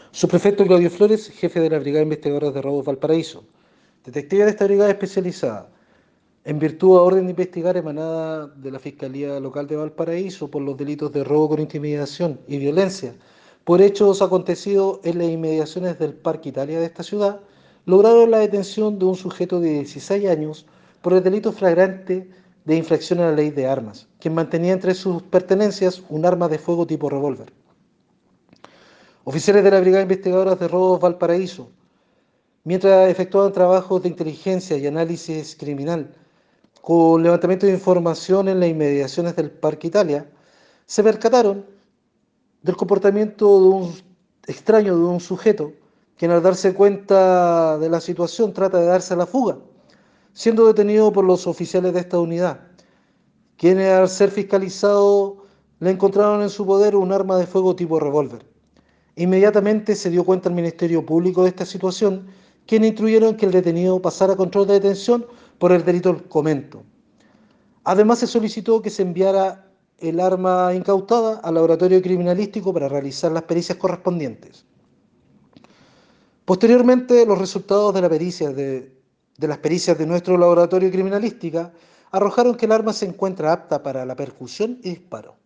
Subprefecto Claudio Flores, jefe de la Brigada de Investigadores de Robos Valparaíso. Detective de esta brigada especializada, en virtud de orden de investigar emanada de la Fiscalía Local de Valparaíso por los delitos de robo con intimidación y violencia, por hechos acontecidos en las inmediaciones del Parque Italia de esta ciudad, lograron la detención de un sujeto de 16 años por el delito flagrante de infracción a la ley de armas, quien mantenía entre sus pertenencias un arma de fuego tipo revólver. Oficiales de la Brigada Investigadora de Robos Valparaíso, mientras efectuaban trabajos de inteligencia y análisis criminal con levantamiento de información en las inmediaciones del Parque Italia, se percataron del comportamiento de un extraño de un sujeto, quien al darse cuenta de la situación trata de darse a la fuga, siendo detenido por los oficiales de esta unidad, quienes al ser fiscalizados le encontraron en su poder un arma de fuego tipo revólver. Inmediatamente se dio cuenta el Ministerio Público de esta situación, quienes instruyeron que el detenido pasara a control de detención por el delito del comento. Además, se solicitó que se enviara el arma incautada al laboratorio criminalístico para realizar las pericias correspondientes. Posteriormente, los resultados de las pericias de nuestro laboratorio criminalística arrojaron que el arma se encuentra apta para la percusión y disparo.